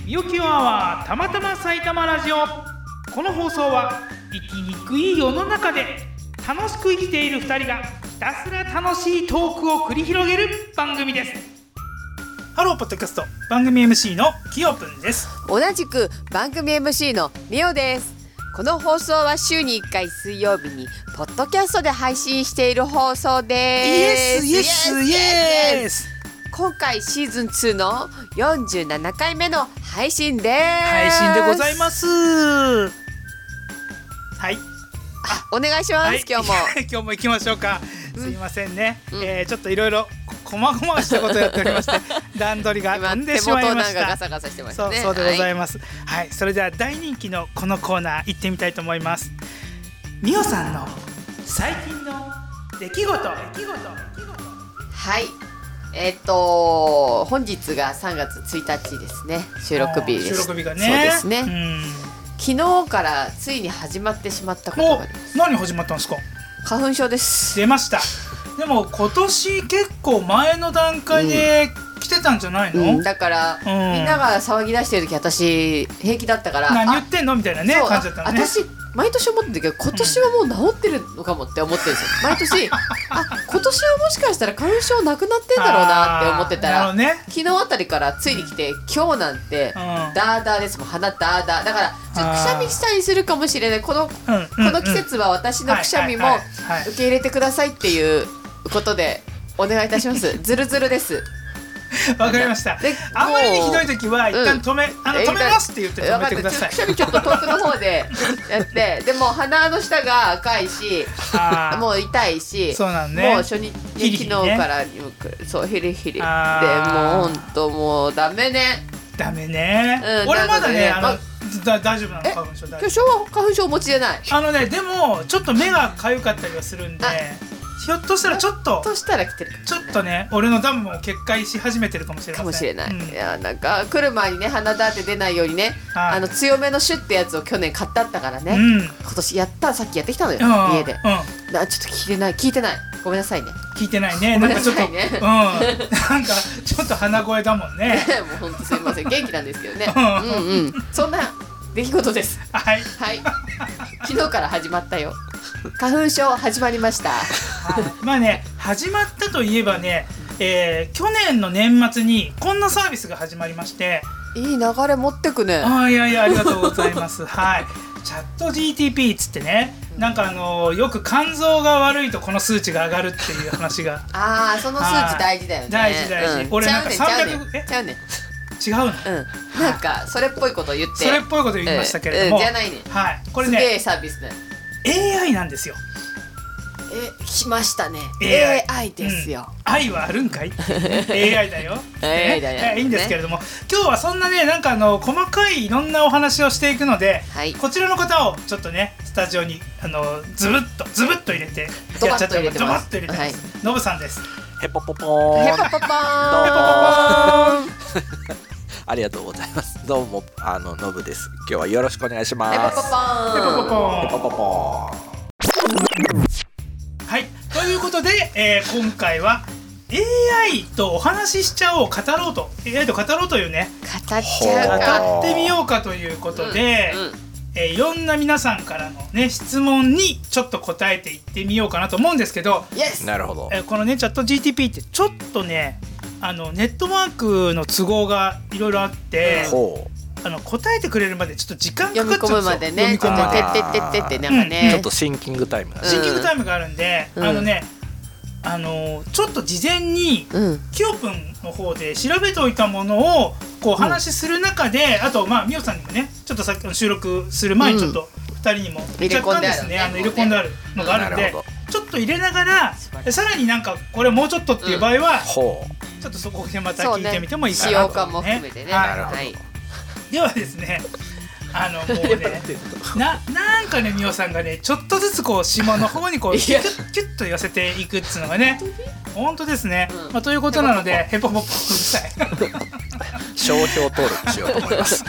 みよきアワーたまたま埼玉ラジオ。この放送は生きにくい世の中で楽しく生きている2人がひたすら楽しいトークを繰り広げる番組です。ハローポッドキャスト番組 MC のきよぷんです。 同じく番組 MC のみおです。この放送は週に1回水曜日にポッドキャストで配信している放送です。 イエスイエス。 今回シーズン2の47回目の配信です。 配信でございます。はい、 お願いします、はい、今日も今日も行きましょうか。すいませんね、ちょっといろいろこまごましたことをやっておりまして段取りが飛んでしまいました。 手元なんかガサガサしてましたね。 そうでございます、はい、それでは大人気のこのコーナー行ってみたいと思います。みおさんの最近の出来事。はい、 本日が3月1日ですね。収録日です。 収録日がね。 そうですね、昨日からついに始まってしまったことがあります。 何始まったんですか？ 花粉症です。 出ました。でも今年結構前の段階で来てたんじゃないの？ だから、みんなが騒ぎ出してる時私平気だったから、 何言ってんのみたいなね感じだったのね。 私毎年思ってるけど今年はもう治ってるのかもって思ってるんですよ、毎年今年はもしかしたら花粉症なくなってんだろうなって思ってたら、昨日あたりからついに来て、今日なんてダーダーですもん。鼻ダーダーだからちょっとくしゃみしたりするかもしれない。この季節は私のくしゃみも受け入れてくださいっていうことでお願いいたします。ズルズルです。 わかりました。あんまりにひどい時は一旦止めますって言って止めてください。 くしゃみちょっと遠くの方でやってでも鼻の下が赤いしもう痛いし、 そうなんね、 もう初日、昨日からそうヒリヒリでもうほんともうダメね。 俺まだね大丈夫なの？花粉症大丈夫？ 花粉症お持ちじゃない？ でもちょっと目がかゆかったりはするんで、ひょっとしたらちょっと来てるちょっとね、俺のダムも決壊し始めてるかもしれません。 いやなんか来る前にね、鼻だって出ないようにね、強めのシュッってやつを去年買ってあったからね、今年さっきやってきたのよ、家で。ちょっと聞いてないごめんなさいね。 聞いてないね。なんかちょっとなんかちょっと鼻声だもんね。 もうほんとすいません、元気なんですけどね。そんな出来事です。はい、昨日から始まったよ。花粉症始まりました。 まあね、始まったといえばね、去年の年末にこんなサービスが始まりまして。 いい流れ持ってくね。 いやありがとうございます。はい、チャット GTP っつってね、なんかよく肝臓が悪いとこの数値が上がるっていう話がその数値大事だよね。 大事、俺なんか300 ちゃうねん違うの、 なんかそれっぽいこと言って、 それっぽいこと言いましたけれども、 じゃないね。 はい、これねすげえサービスね。 AI なんですよ。 来ましたね。 AI ですよ。 愛はあるんかいAI だよ。 AI だよ。 いいんですけれども、今日はそんなね、なんか細かいいろんなお話をしていくので、こちらの方をちょっとねスタジオにズブッと入れてドバッと入れてます。 ノブさんです。 ヘポポポーン。 ヘポポポーン。 ありがとうございます。どうもノブです。今日はよろしくお願いします。 ヘポポポーン。 ヘポポポーン。 はい、ということで、今回は AI とお話ししちゃおう、語ろうというね、 語っちゃうか、 語ってみようかということで、いろんな皆さんからのね質問にちょっと答えていってみようかなと思うんですけど、 なるほど。 このねチャット GTP ってちょっとねネットワークの都合がいろいろあって、答えてくれるまでちょっと時間かかっちゃうんですよ。 読み込むまでね。てなんかね、 ちょっとシンキングタイムがあるんで、ちょっと事前にきよぷんの方で調べておいたものをこう話する中で、あとみおさんにもねちょっとさっきの収録する前にちょっと2人にも若干ですね入れ込んであるのがあるんで、ちょっと入れながらさらになんかこれもうちょっとっていう場合はちょっとそこでまた聞いてみてもいいかなと。 使用感も含めてね。 ではですね、もうねなんかねみおさんがねちょっとずつこう下の方にこうキュッと寄せていくっつうのがね本当ですね。ということなのでヘポポポうるさい商標登録しようと思います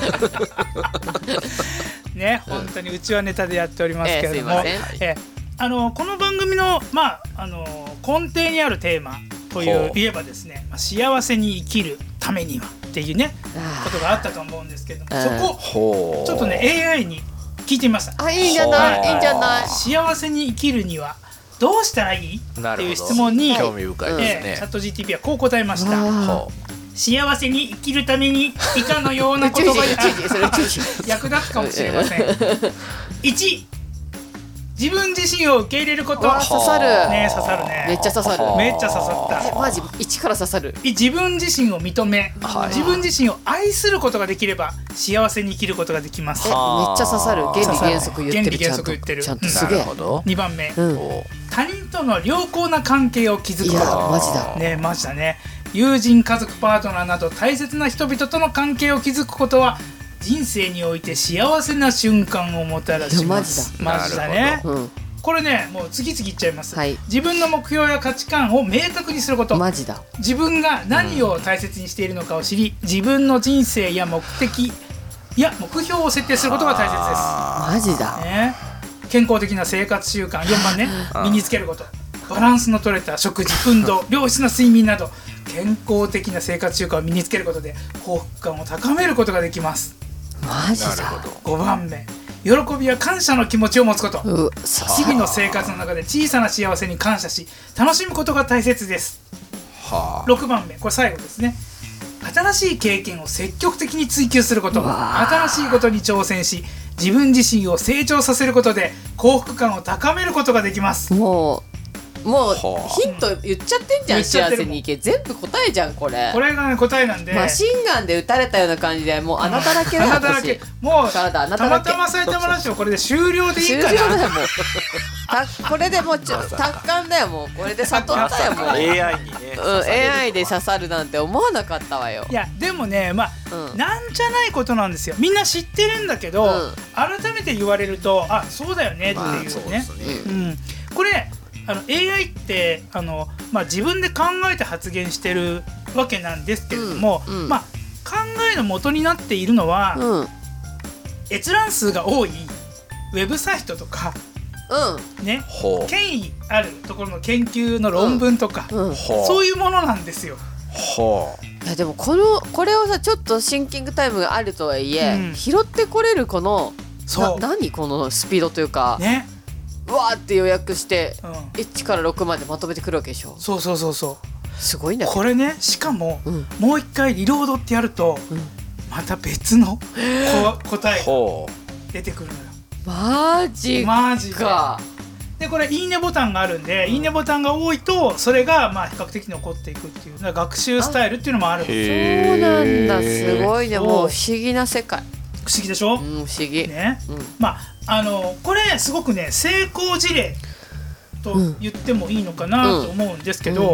ね、本当にうちはネタでやっておりますけれども、この番組の根底にあるテーマといえばですね、幸せに生きるためにはっていうねことがあったと思うんですけども、そこちょっとね AI に聞いてみました。 いいんじゃないいいんじゃない。 幸せに生きるにはどうしたらいいっていう質問に興味深いですね。 チャット GTP はこう答えました。幸せに生きるために以下のようなことが役立つかもしれません。1、自分自身を受け入れること。 刺さるね、刺さるね。 めっちゃ刺さる。 めっちゃ刺さった。 マジ1から刺さる。 自分自身を認め、自分自身を愛することができれば幸せに生きることができます。 めっちゃ刺さる。原理原則言ってる。ちゃんとすげえ。 2番目、他人との良好な関係を築くこと。 いやマジだね、マジだね。友人、家族、パートナーなど大切な人々との関係を築くことは人生において幸せな瞬間をもたらします。マジだね。これね、もう次々いっちゃいます。自分の目標や価値観を明確にすること。 マジだ。 自分が何を大切にしているのかを知り、自分の人生や目的や目標を設定することが大切です。 マジだ。 ね、健康的な生活習慣。4番ね、身につけること。バランスの取れた食事、運動、良質な睡眠など健康的な生活習慣を身につけることで幸福感を高めることができます。 マジだ。 5番目、喜びや感謝の気持ちを持つこと。日々の生活の中で小さな幸せに感謝し楽しむことが大切です。6番目、これ最後ですね。新しい経験を積極的に追求すること。新しいことに挑戦し自分自身を成長させることで幸福感を高めることができます。 もうヒント言っちゃってんじゃん。幸せにいけ全部答えじゃんこれ。 これがね答えなんで、 マシンガンで撃たれたような感じでもう穴だらけだ。 穴だらけ。もうたまたま埼玉ラジオこれで終了でいいかな。 終了だよもう。これでもう達観だよもう。これで悟ったよもう。 AI にね。 AI で刺さるなんて思わなかったわよ。 いやでもねなんじゃないことなんですよ。みんな知ってるんだけど、改めて言われるとそうだよねっていうね。これAI って自分で考えて発言してるわけなんですけれども、考えの元になっているのは、閲覧数が多いウェブサイトとか、ね、権威あるところの研究の論文とか、そういうものなんですよ。 いやでもこれをさちょっとシンキングタイムがあるとはいえ、拾ってこれるこの何このスピードというか。ね、わーって予約して、1から6までまとめてくるわけでしょ。そうすごいねこれね。しかも、もう一回リロードってやると、また別の答えが出てくるのよ。マジか。でこれいいねボタンがあるんで、いいねボタンが多いとそれが比較的残っていくっていう学習スタイルっていうのもあるんですよ。そうなんだ。すごいね。もう不思議な世界。不思議でしょ。不思議ね。これすごくね成功事例と言ってもいいのかなと思うんですけど、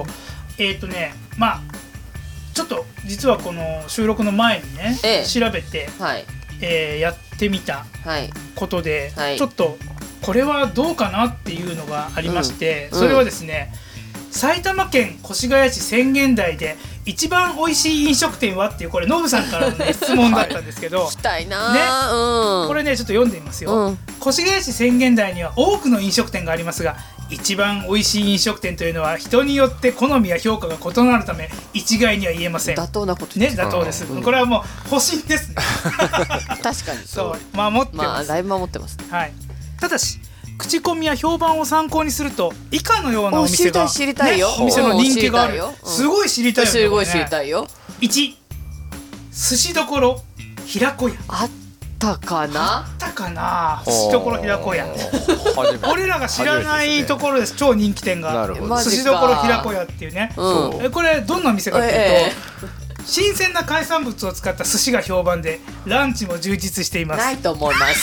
ちょっと実はこの収録の前にね、調べて、やってみたことで、ちょっとこれはどうかなっていうのがありまして、それはですね、埼玉県越谷市浅間台で一番美味しい飲食店はっていうこれノブさんからの、ね、質問だったんですけど、聞きたいな、ね、これねちょっと読んでみますよ。越谷市浅間台には多くの飲食店がありますが、一番美味しい飲食店というのは人によって好みや評価が異なるため一概には言えません。妥当なことね。妥当です。これはもう保身ですね。確かにそう守ってます。だいぶ守ってますね。はい。ただし口コミや評判を参考にすると以下のようなお店が、知りたいよ、お店の人気がある。すごい知りたいよね。すごい知りたいよ。1、寿司どころ平子屋。あったかな。寿司どころ平子屋。俺らが知らないところです。超人気店が寿司どころ平子屋っていうね。これどんな店かっていうと、新鮮な海産物を使った寿司が評判でランチも充実しています。ないと思います。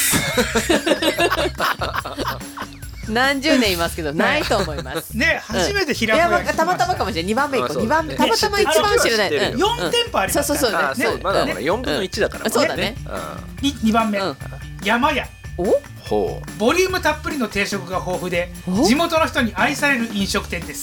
何十年言いますけどないと思いますね。初めて平子屋、たまたまかもしれない。2番目以降、2番目たまたま一番知らない。4店舗ありますから。そうまだ4分の1だからね。そうだね。2番目山屋。ボリュームたっぷりの定食が豊富で地元の人に愛される飲食店です。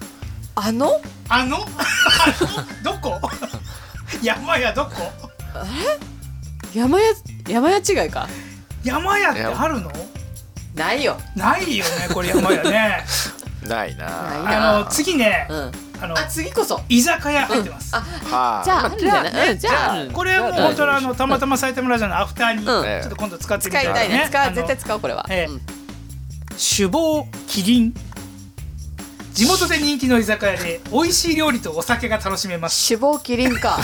どこ？山屋どこ？山屋違いか。山屋ってあるの？ないよ。ないよねこれ山屋ね。ないな。次ね、 次こそ居酒屋入ってます。 じゃああるんじゃない？じゃあこれはもう本当にたまたま埼玉ラジオのアフターにちょっと今度使ってみたいね。 使いたいね。絶対使うこれは。 酒坊キリン。地元で人気の居酒屋で美味しい料理とお酒が楽しめます。 酒坊キリンか。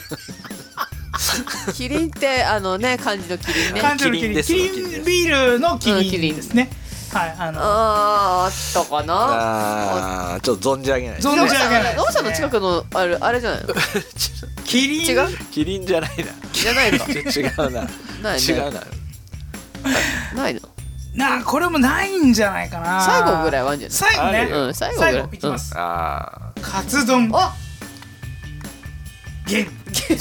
キリンって漢字のキリンね。 漢字のキリン。キリンビールのキリンですね。はい、 あったかな。 ちょっと存じ上げない。 存じ上げない。 ノブさんの近くのあれじゃないの？ キリン？ 違う？キリンじゃないな。 じゃないか。 違うな。違うな。 ないの？ これもないんじゃないかな。 最後ぐらいはあるんじゃない？ 最後ね。 最後ぐらい。 いきます。カツ丼。ゲン。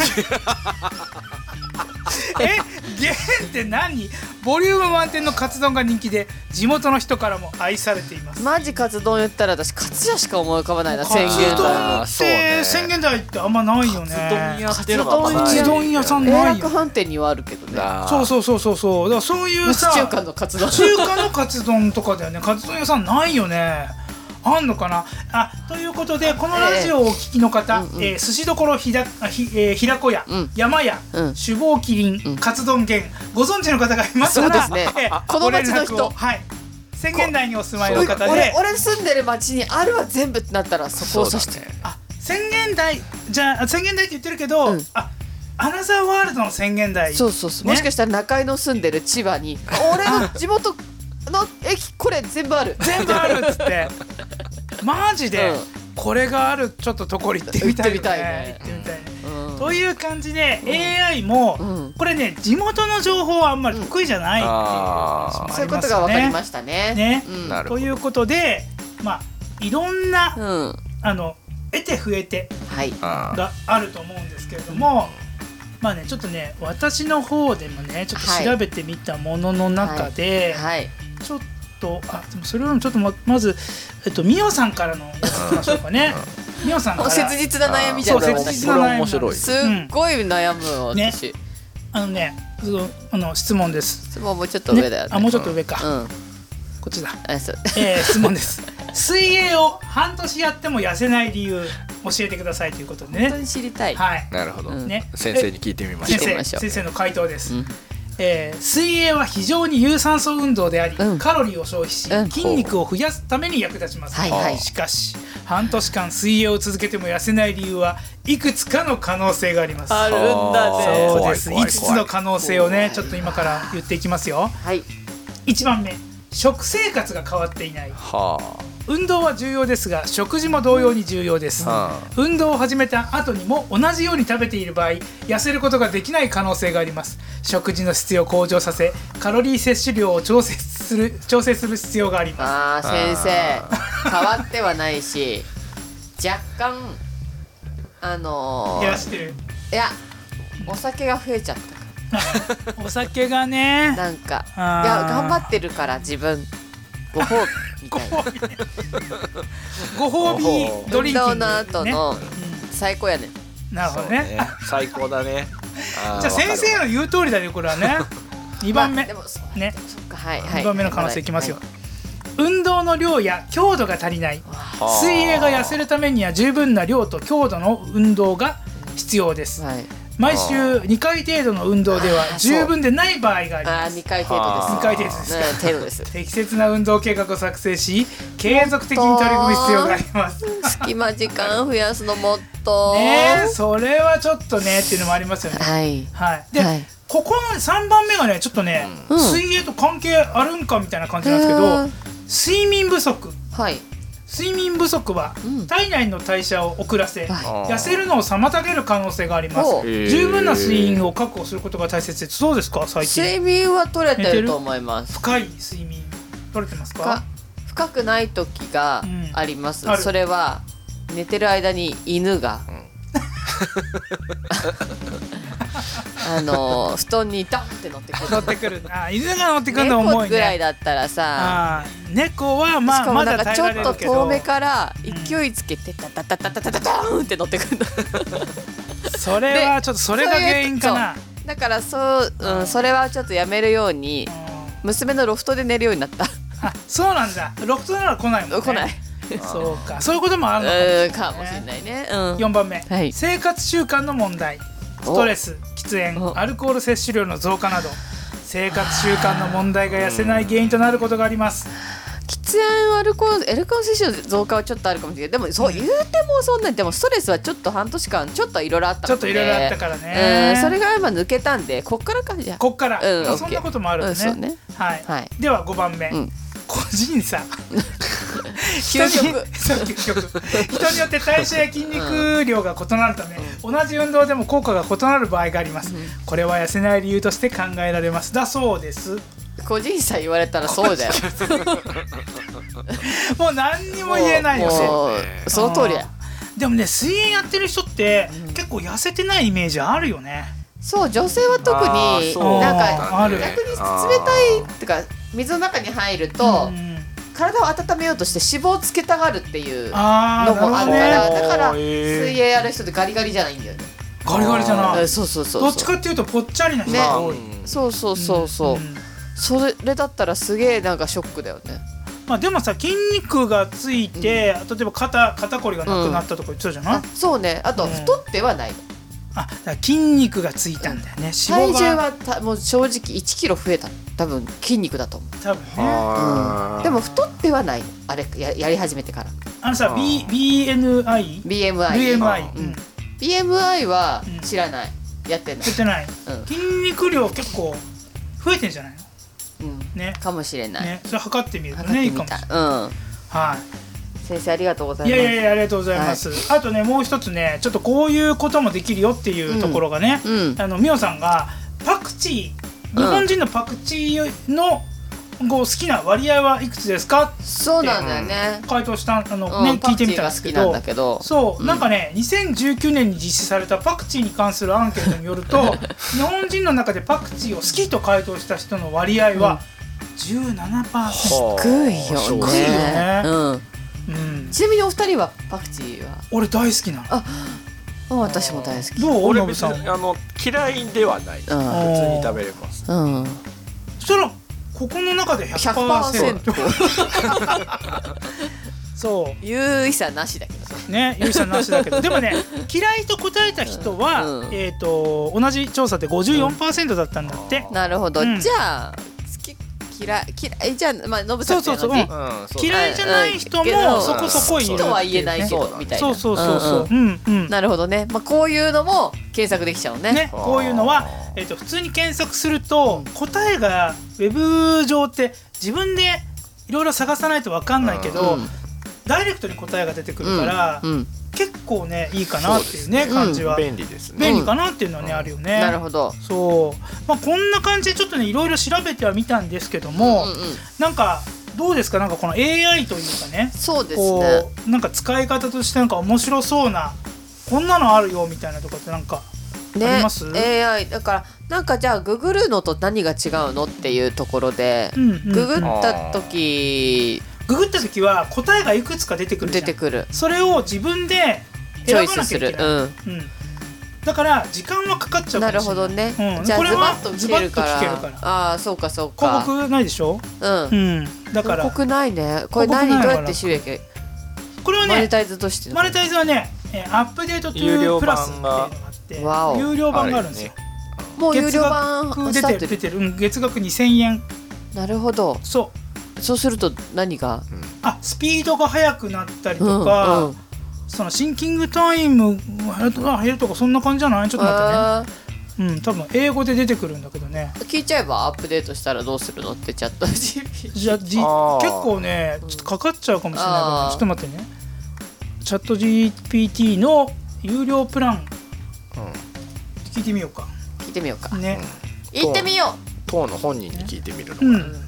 ゲンって何？ボリューム満点のカツ丼が人気で地元の人からも愛されています。 マジカツ丼言ったら私カツ屋しか思い浮かばないな。 宣言台って宣言台ってあんまないよね。 カツ丼屋さんないよ。 永楽飯店にはあるけどね。 そうだからそういうさ中華のカツ丼とかだよね。カツ丼屋さんないよね。あんのかな。ということでこのラジオをお聞きの方、寿司どころ平子屋、山屋、酒坊キリン、カツ丼源ご存知の方がいますから、 そうですね。この町の人、 宣言台にお住まいの方で、 俺住んでる町にあるは全部ってなったらそこを指して。 宣言台じゃあ宣言台って言ってるけど、アナザーワールドの宣言台。 そう。もしかしたら中井の住んでる千葉に俺の地元の駅これ全部あるっつってマジでこれがあるちょっとところ行ってみたいね。という感じで AI もこれね地元の情報はあんまり得意じゃないっていうそういうことが分かりましたね。 ということでいろんな得て増えてがあると思うんですけれども、ちょっとね私の方でもねちょっと調べてみたものの中でちょっとでもそれよりもちょっとまずミオさんからのいきましょうかね。ミオさんから切実な悩みじゃない。 切実な悩み。 すっごい悩む私。 質問です。 質問もうちょっと上だよね。 もうちょっと上か。こっちだ。質問です。水泳を半年やっても痩せない理由教えてくださいということでね。 本当に知りたい。 なるほど。先生に聞いてみましょう。 先生の回答です。水泳は非常に有酸素運動であり、カロリーを消費し、筋肉を増やすために役立ちます。しかし半年間水泳を続けても痩せない理由はいくつかの可能性があります。 あるんだね。 そうです。5つの可能性をねちょっと今から言っていきますよ。1番目、食生活が変わっていない。運動は重要ですが食事も同様に重要です。運動を始めた後にも同じように食べている場合痩せることができない可能性があります。食事の質を向上させカロリー摂取量を調整する必要があります。 先生変わってはないし若干減らしてる。 いやお酒が増えちゃったお酒がねなんかいや頑張ってるから自分ご褒美みたいなご褒美ドリンキング運動の後の最高やね。 なるほどね。 最高だね。 じゃあ先生の言う通りだよこれはね。2番目ね。2番目の可能性いきますよ。運動の量や強度が足りない。水泳が痩せるためには十分な量と強度の運動が必要です。毎週2回程度の運動では十分でない場合があります。 2回程度です。 2回程度ですか。 程度です。 適切な運動計画を作成し継続的に取り組む必要があります。 隙間時間増やすのもっとそれはちょっとねっていうのもありますよね。でここの3番目がねちょっとね水泳と関係あるんかみたいな感じなんですけど、睡眠不足。睡眠不足は体内の代謝を遅らせ、痩せるのを妨げる可能性があります。十分な睡眠を確保することが大切です。そうですか最近。 睡眠は取れてると思います。 深い睡眠取れてますか？ 深くない時があります。それは寝てる間に犬が布団にダンって乗ってくる犬が乗ってくるの重いね。 猫ぐらいだったらさ猫はまだ耐えられるけど、 しかもなんかちょっと遠目から勢いつけてタタタタタタタターンって乗ってくるのそれはちょっとそれが原因かな。 だからそれはちょっとやめるように娘のロフトで寝るようになった。 そうなんだ。ロフトなら来ないもんね。 来ない。 そうか、そういうこともあるのかもしれないね。 4番目、 はい、 生活習慣の問題。ストレス、喫煙、アルコール摂取量の増加など生活習慣の問題が痩せない原因となることがあります。 喫煙、アルコール摂取の増加はちょっとあるかもしれない。でもそう言うてもそんなに、でもストレスはちょっと半年間ちょっといろいろあったので、 ちょっといろいろあったからね、 それが今抜けたんで、こっからかじゃあこっから、そんなこともあるんですね。はい、では5番目、個人差人によって代謝や筋肉量が異なるため、同じ運動でも効果が異なる場合があります。これは痩せない理由として考えられます。だそうです。 個人差言われたらそうだよもう何にも言えないよね。その通りや。 でもね、水泳やってる人って結構痩せてないイメージあるよね。 そう、女性は特になんか逆に冷たいってか、水の中に入ると体を温めようとして脂肪をつけたがるっていうのもあるから、だから水泳やる人ってガリガリじゃないんだよね。 ガリガリじゃない。 そうそうそう。 どっちかっていうとぽっちゃりな人が多い。 そうそうそうそう。それだったらすげえなんかショックだよね。 まあでもさ、筋肉がついて、例えば肩こりがなくなったとか言ってたじゃない。 そうね。あと太ってはない。 だから筋肉がついたんだよね。 体重はもう正直1キロ増えた。多分筋肉だと思う。 多分ね。 でも太ってはない。あれやり始めてから。 さ、 BMI は知らない。やってない。 やってない。筋肉量結構増えてんじゃないの？ね。 かもしれない。 それ測ってみるとね、いいかもしれない。はい。 先生ありがとうございます。 いやありがとうございます。あとね、もう一つね、ちょっとこういうこともできるよっていうところがね、みおさんがパクチー、日本人のパクチーの好きな割合はいくつですか？ そうなんだよね。 回答した聞いてみたんですけど、そうなんかね、2019年に実施されたパクチーに関するアンケートによると、日本人の中でパクチーを好きと回答した人の割合は 17%。 低いよね。ちなみにお二人はパクチーは？俺大好きな。 私も大好き。 どう？ 俺別に嫌いではない。普通に食べれます。 そしたらここの中で 100%。そう。 有意差なしだけどね、有意差なしだけど、でもね、嫌いと答えた人は同じ調査で 54% だったんだって。 なるほど。じゃあ嫌いじゃまあノブさん嫌いじゃない人もそこそこいる。 とは言えないけどみたいな。 そう。 なるほどね。まあこういうのも検索できちゃうね。 こういうのは普通に検索すると答えがウェブ上って自分でいろいろ探さないと分かんないけど、ダイレクトに答えが出てくるから結構ねいいかなっていうね感じは。 便利ですね。 便利かなっていうのはねあるよね。 なるほど。 そう、まあこんな感じでちょっとねいろいろ調べてはみたんですけども、なんかどうですか、なんかこの AI というかね、 そうですね、 なんか使い方としてなんか面白そうなこんなのあるよみたいなとかってなんかあります？ AI だからなんかじゃあググるのと何が違うのっていうところで、ググった時は答えがいくつか出てくるじゃん。 出てくる。 それを自分で選ばなきゃいけない。だから時間はかかっちゃうかもしれない。 なるほどね。じゃあズバッと聞けるから。ああそうかそうか。 広告ないでしょ。だから広告ないね。これどうやって収益？ これはねマネタイズとして。 マネタイズはね、アップデートトゥープラスっていうのがあって、有料版があるんですよ。 もう有料版出てる。月額2000円。 なるほど。そうすると何が？ スピードが速くなったりとか、そのシンキングタイムが減るとかそんな感じじゃない？ちょっと待ってね。多分英語で出てくるんだけどね。 聞いちゃえばアップデートしたらどうするのってチャット GPT。 じゃ結構ねちょっとかかっちゃうかもしれないから、ちょっと待ってね。チャット GPT の有料プラン聞いてみようか。 聞いてみようか。 ね。 行ってみよう。 当の本人に聞いてみるのか。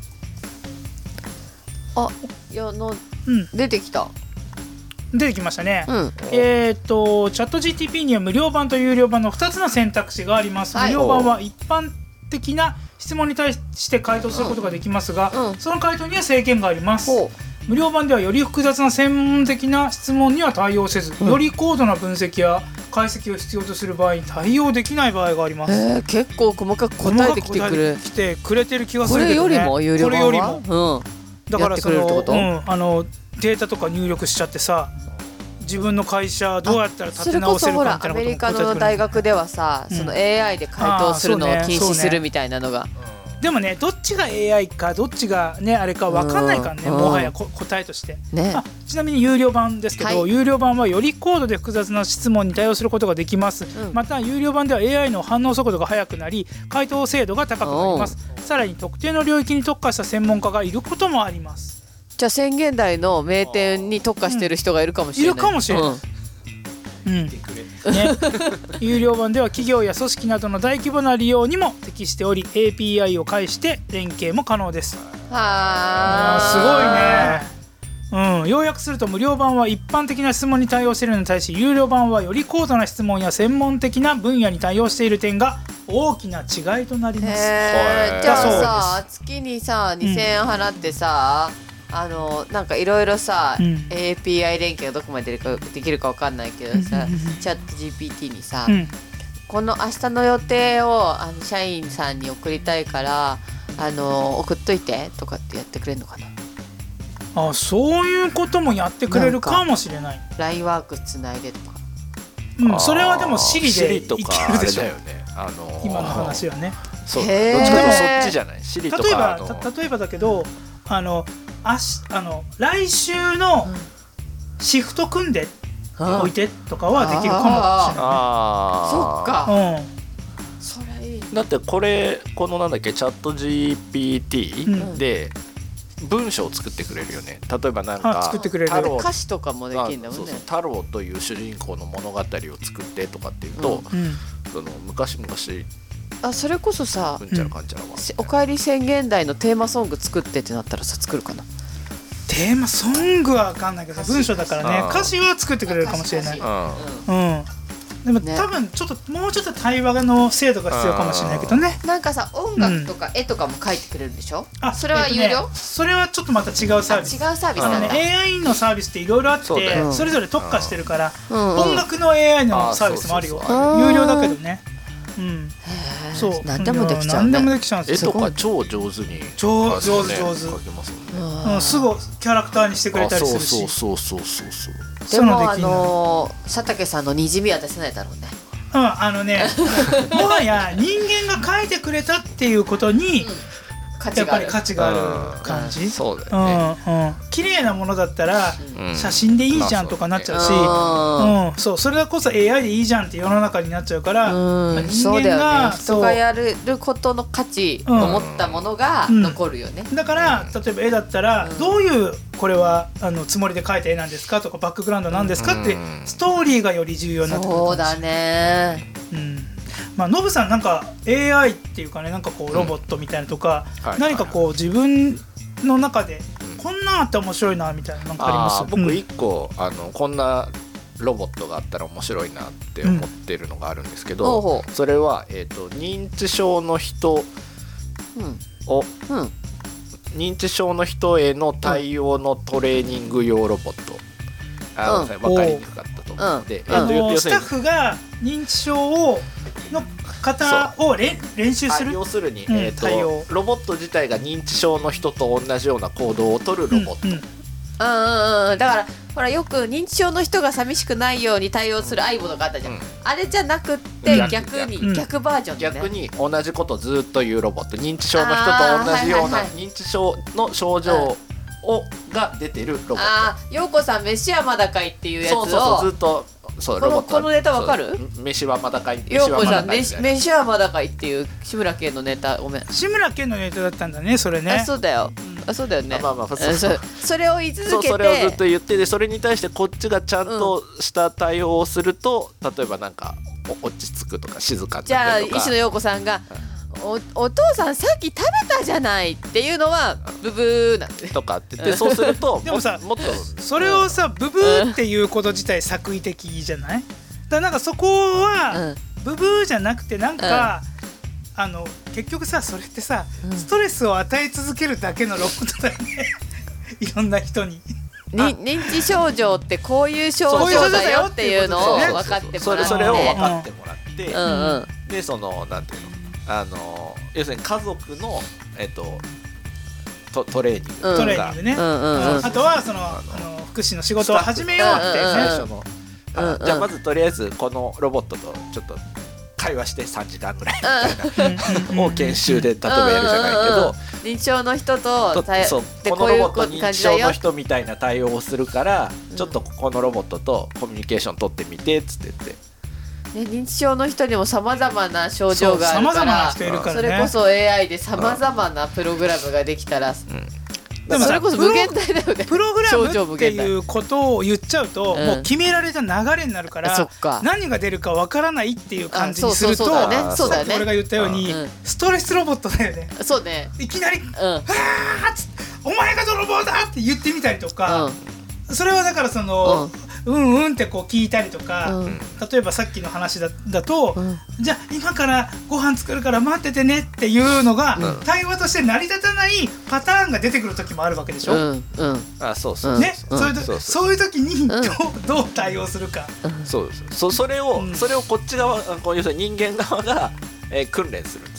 出てきた。 出てきましたね。チャット GTP には無料版と有料版の2つの選択肢があります。無料版は一般的な質問に対して回答することができますが、その回答には制限があります。無料版ではより複雑な専門的な質問には対応せず、より高度な分析や解析を必要とする場合に対応できない場合があります。 結構細かく答えてきてくれてる気がするけどね。 これよりも有料版はだからそのデータとか入力しちゃってさ、自分の会社どうやったら立て直せるかみたいなことも答えてくれる。 それこそほらアメリカの大学ではさ、その AI で回答するのを禁止するみたいなのが、 でもね、どっちが AI かどっちがねあれか分かんないからね、もはや答えとして、ね。ちなみに有料版ですけど、有料版はより高度で複雑な質問に対応することができます。また有料版では AI の反応速度が速くなり、回答精度が高くなります。さらに特定の領域に特化した専門家がいることもあります。 じゃあ宣言台の名店に特化してる人がいるかもしれない。 いるかもしれない。有料版では企業や組織などの大規模な利用にも適しており API を介して連携も可能です。すごいね。要約すると無料版は一般的な質問に対応しているのに対し、有料版はより高度な質問や専門的な分野に対応している点が大きな違いとなります。 じゃあさ、月にさ2000円払ってさ、なんかいろいろさ、API 連携がどこまでできるか分かんないけどさ、チャット GPT にさ、この明日の予定を社員さんに送りたいから送っといてとかってやってくれるのかな。 そういうこともやってくれるかもしれない。 LINE ワークつないでとか。 それはでも Siri でいけるでしょ。今の話はね。 そう、どっちかというとそっちじゃない。Siri とか例えばだけど、来週のシフト組んでおいてとかはできるかもしれない。 そっか。それいい。 だってこのなんだっけ、チャット GPT で文章を作ってくれるよね。例えばなんか歌詞とかもできるんだもんね。 太郎という主人公の物語を作ってとかっていうと、その昔々 それこそさ、 うんちゃらかんちゃらはおかえり宣言台のテーマソング作ってってなったらさ、作るかな。 テーマソングは分かんないけど、文章だからね、歌詞は作ってくれるかもしれない。でも多分ちょっともうちょっと対話の精度が必要かもしれないけどね。 なんかさ、音楽とか絵とかも描いてくれるでしょ。それは有料？ それはちょっとまた違うサービス。 違うサービスなんだ。 AI のサービスっていろいろあって、それぞれ特化してるから、音楽の AI のサービスもあるよ。有料だけどね。そう、 何でもできちゃうね。 何でもできちゃうんですよ。絵とか超上手に上手すぐキャラクターにしてくれたりするし。 でも佐竹さんのにじみは出せないだろうね。 もはや人間が描いてくれたっていうことにやっぱり価値がある感じ。 そうだよね。 綺麗なものだったら写真でいいじゃんとかなっちゃうし、それこそ AI でいいじゃんって世の中になっちゃうから、人間が人がやることの価値を持ったものが残るよね。 だから例えば絵だったらどういうこれはつもりで描いた絵なんですかとか、バックグラウンドなんですかってストーリーがより重要になってくる。 そうだね。 ノブさんなんか AI っていうかね、なんかこうロボットみたいなとか、何かこう自分の中でこんなんあって面白いなみたいななんかあります？ 僕一個こんなロボットがあったら面白いなって思ってるのがあるんですけど、それは認知症の人を認知症の人への対応のトレーニング用ロボット。分かりにくかったと思って、 スタッフが認知症の方を練習する。 要するに、ロボット自体が認知症の人と同じような行動を取るロボット。 だからほらよく認知症の人が寂しくないように対応するアイボとかあったじゃん。あれじゃなくって逆バージョンね。 逆に同じことずっと言うロボット。認知症の人と同じような認知症の症状が出てるロボット。 陽子さん飯はまだかいっていうやつをずっとロボット。 このネタわかる？ 飯はまだかい。 陽子さん飯はまだかいっていう志村けんのネタ。ごめん。 志村けんのネタだったんだね、それね。 そうだよ。そうだよね。それを言い続けて、 それをずっと言ってて、それに対してこっちがちゃんとした対応をすると、例えばなんか落ち着くとか静かになるとか。 じゃあ石野陽子さんがお父さんさっき食べたじゃないっていうのはブブーなんでとかって言って、そうするとでもさ、 もっとそれをさブブーっていうこと自体作為的じゃない？だからなんかそこはブブーじゃなくて、なんか結局さ、それってさストレスを与え続けるだけのロボットだよねいろんな人に。 認知症状ってこういう症状だよっていうのを分かってもらって、 それを分かってもらって、でそのなんていうの、要するに家族のトレーニングね。あとはその福祉の仕事を始めようって最初の、 じゃあまずとりあえずこのロボットとちょっと会話して3時間ぐらいみたいなを研修で例えばやるじゃないけど、 認知症の人とこのロボット認知症の人みたいな対応をするから、ちょっとこのロボットとコミュニケーション取ってみてっつって言って。 認知症の人にもさまざまな症状があるから、それこそ AI でさまざまなプログラムができたら、でもそれこそ無限大だよね。 プログラムっていうことを言っちゃうと、もう決められた流れになるから、何が出るかわからないっていう感じにすると、さっき俺が言ったようにストレスロボットだよね。 そうね。 いきなりお前が泥棒だって言ってみたりとか、それはだからそのうんってこう聞いたりとか、例えばさっきの話だと、じゃあ今からご飯作るから待っててねっていうのが、対話として成り立たないパターンが出てくる時もあるわけでしょ。ね、そういう時にどう対応するか。 そうです。それをこっち側、要するに人間側が訓練するんです。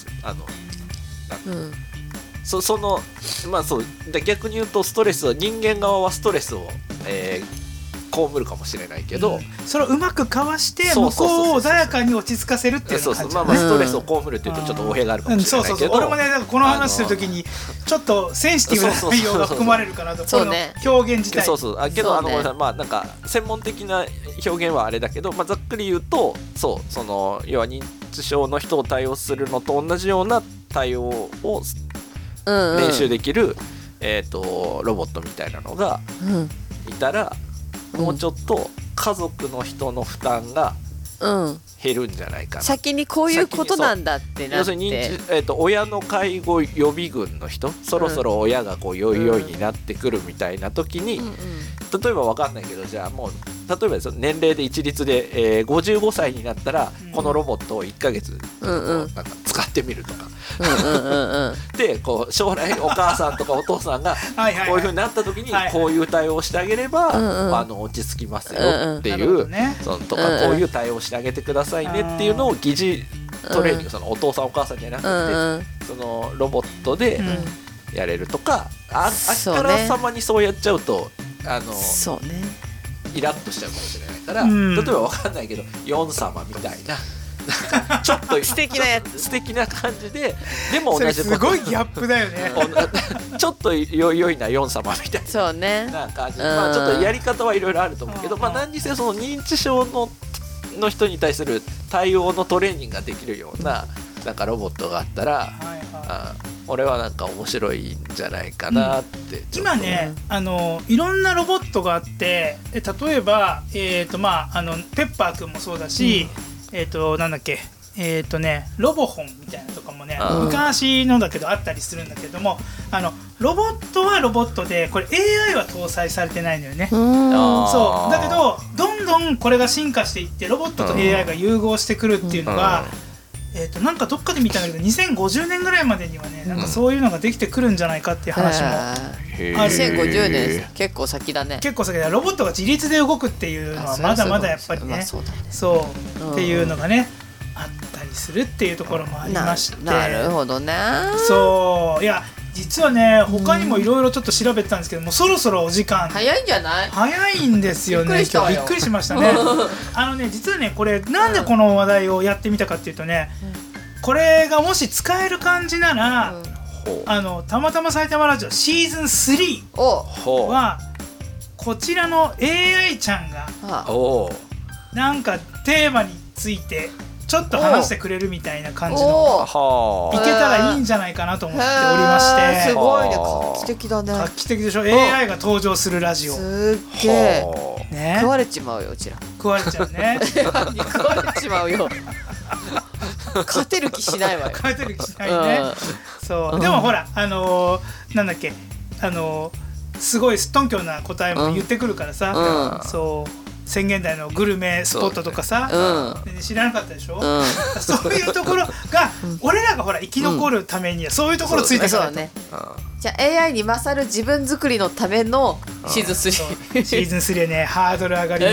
そのまあそう逆に言うとストレスは人間側はストレスを被るかもしれないけど、 それをうまくかわして向こうを穏やかに落ち着かせるっていう感じ。 まあストレスを被るっていうとちょっと語弊があるかもしれないけど、 俺もねこの話するときにちょっとセンシティブな内容が含まれるかなと、この表現自体。 けどまあなんか専門的な表現はあれだけど、まあざっくり言うとその要は認知症の人を対応するのと同じような対応を練習できるロボットみたいなのがいたら、もうちょっと家族の人の負担が減るんじゃないかな。 先にこういうことなんだってなって、 要するに親の介護予備軍の人、そろそろ親がこうよいよいになってくるみたいな時に、例えば分かんないけど、じゃあもう例えばですよ、年齢で一律で、55歳になったらこのロボットを1ヶ月なんか使ってみるとかでこう将来お母さんとかお父さんがこういう風になった時にこういう対応をしてあげれば落ち着きますよっていうとか、こういう対応をしてあげてくださいねっていうのを疑似トレーニング、そのお父さんお母さんじゃなくてそのロボットでやれるとか、あからさまにそうやっちゃうとそうね、 イラッとしちゃうかもしれないから、例えば分かんないけどヨン様みたいなちょっと素敵なやつ、 素敵な感じで、でも同じすごいギャップだよねちょっとよいなヨン様みたいな、 そうね、 な感じで、まあちょっとやり方はいろいろあると思うけど、まあ何にせよその認知症の人に対する対応のトレーニングができるようななんかロボットがあったら、俺はなんか面白いんじゃないかなって、 今ねいろんなロボットがあって、例えばまあペッパーくんもそうだし、なんだっけロボホンみたいなとかもね、昔のだけどあったりするんだけども、ロボットはロボットでこれ AI は搭載されてないのよね。そうだけどどんどんこれが進化していってロボットと AI が融合してくるっていうのが、なんかどっかで見たんだけど2050年ぐらいまでにはね、なんかそういうのができてくるんじゃないかっていう話もある。 2050年結構先だね。 結構先だ。ロボットが自律で動くっていうのはまだまだやっぱりね、そうっていうのがねあったりするっていうところもありまして。 なるほどね。 そう、いや実はね他にもいろいろちょっと調べてたんですけども、そろそろお時間早いんじゃない？ 早いんですよね。今日びっくりしましたね実はねこれなんでこの話題をやってみたかっていうとね、これがもし使える感じなら、たまたま埼玉ラジオシーズン3はこちらの AI ちゃんがなんかテーマについてちょっと話してくれるみたいな感じのいけたらいいんじゃないかなと思っておりまして。 すごいね、画期的だね。 画期的でしょ。 AI が登場するラジオ。 すっげえ、食われちまうようちら。 食われちゃうね食われちまうよ勝てる気しないわよ。 勝てる気しないね。そうでもほらなんだっけすごいすっとんきょうな答えも言ってくるからさ、そう宣言台のグルメスポットとかさ、知らなかったでしょ、そういうところが俺らがほら生き残るためにはそういうところついてからと、 じゃあ AI に勝る自分作りのためのシーズン3。 シーズン3ね、ハードル上がり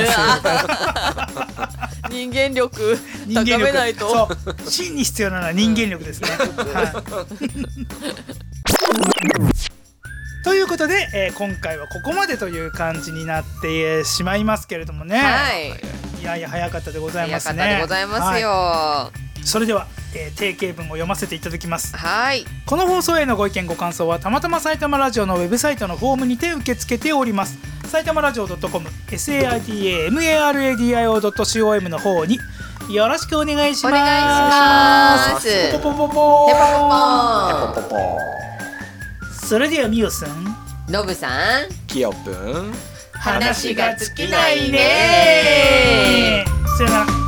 ますよ人間力高めないと。 そう真に必要なのは人間力ですね、といいうことで、今回はここまでという感じになってしまいますけれどもね。 はい。 いやいや早かったでございますね。 早かったでございますよ。はい、 それでは、定型文を読ませていただきます。 はい。 この放送へのご意見ご感想はたまたま埼玉ラジオのウェブサイトのフォームにて受け付けております。埼玉ラジオ .com SAITAMARADIO.com の方によろしくお願いします。 お願いします。 ポポポポー。 ポポポ。 それではみおさん、 のぶさん、 きよぷん、 話が尽きないね。さよなら。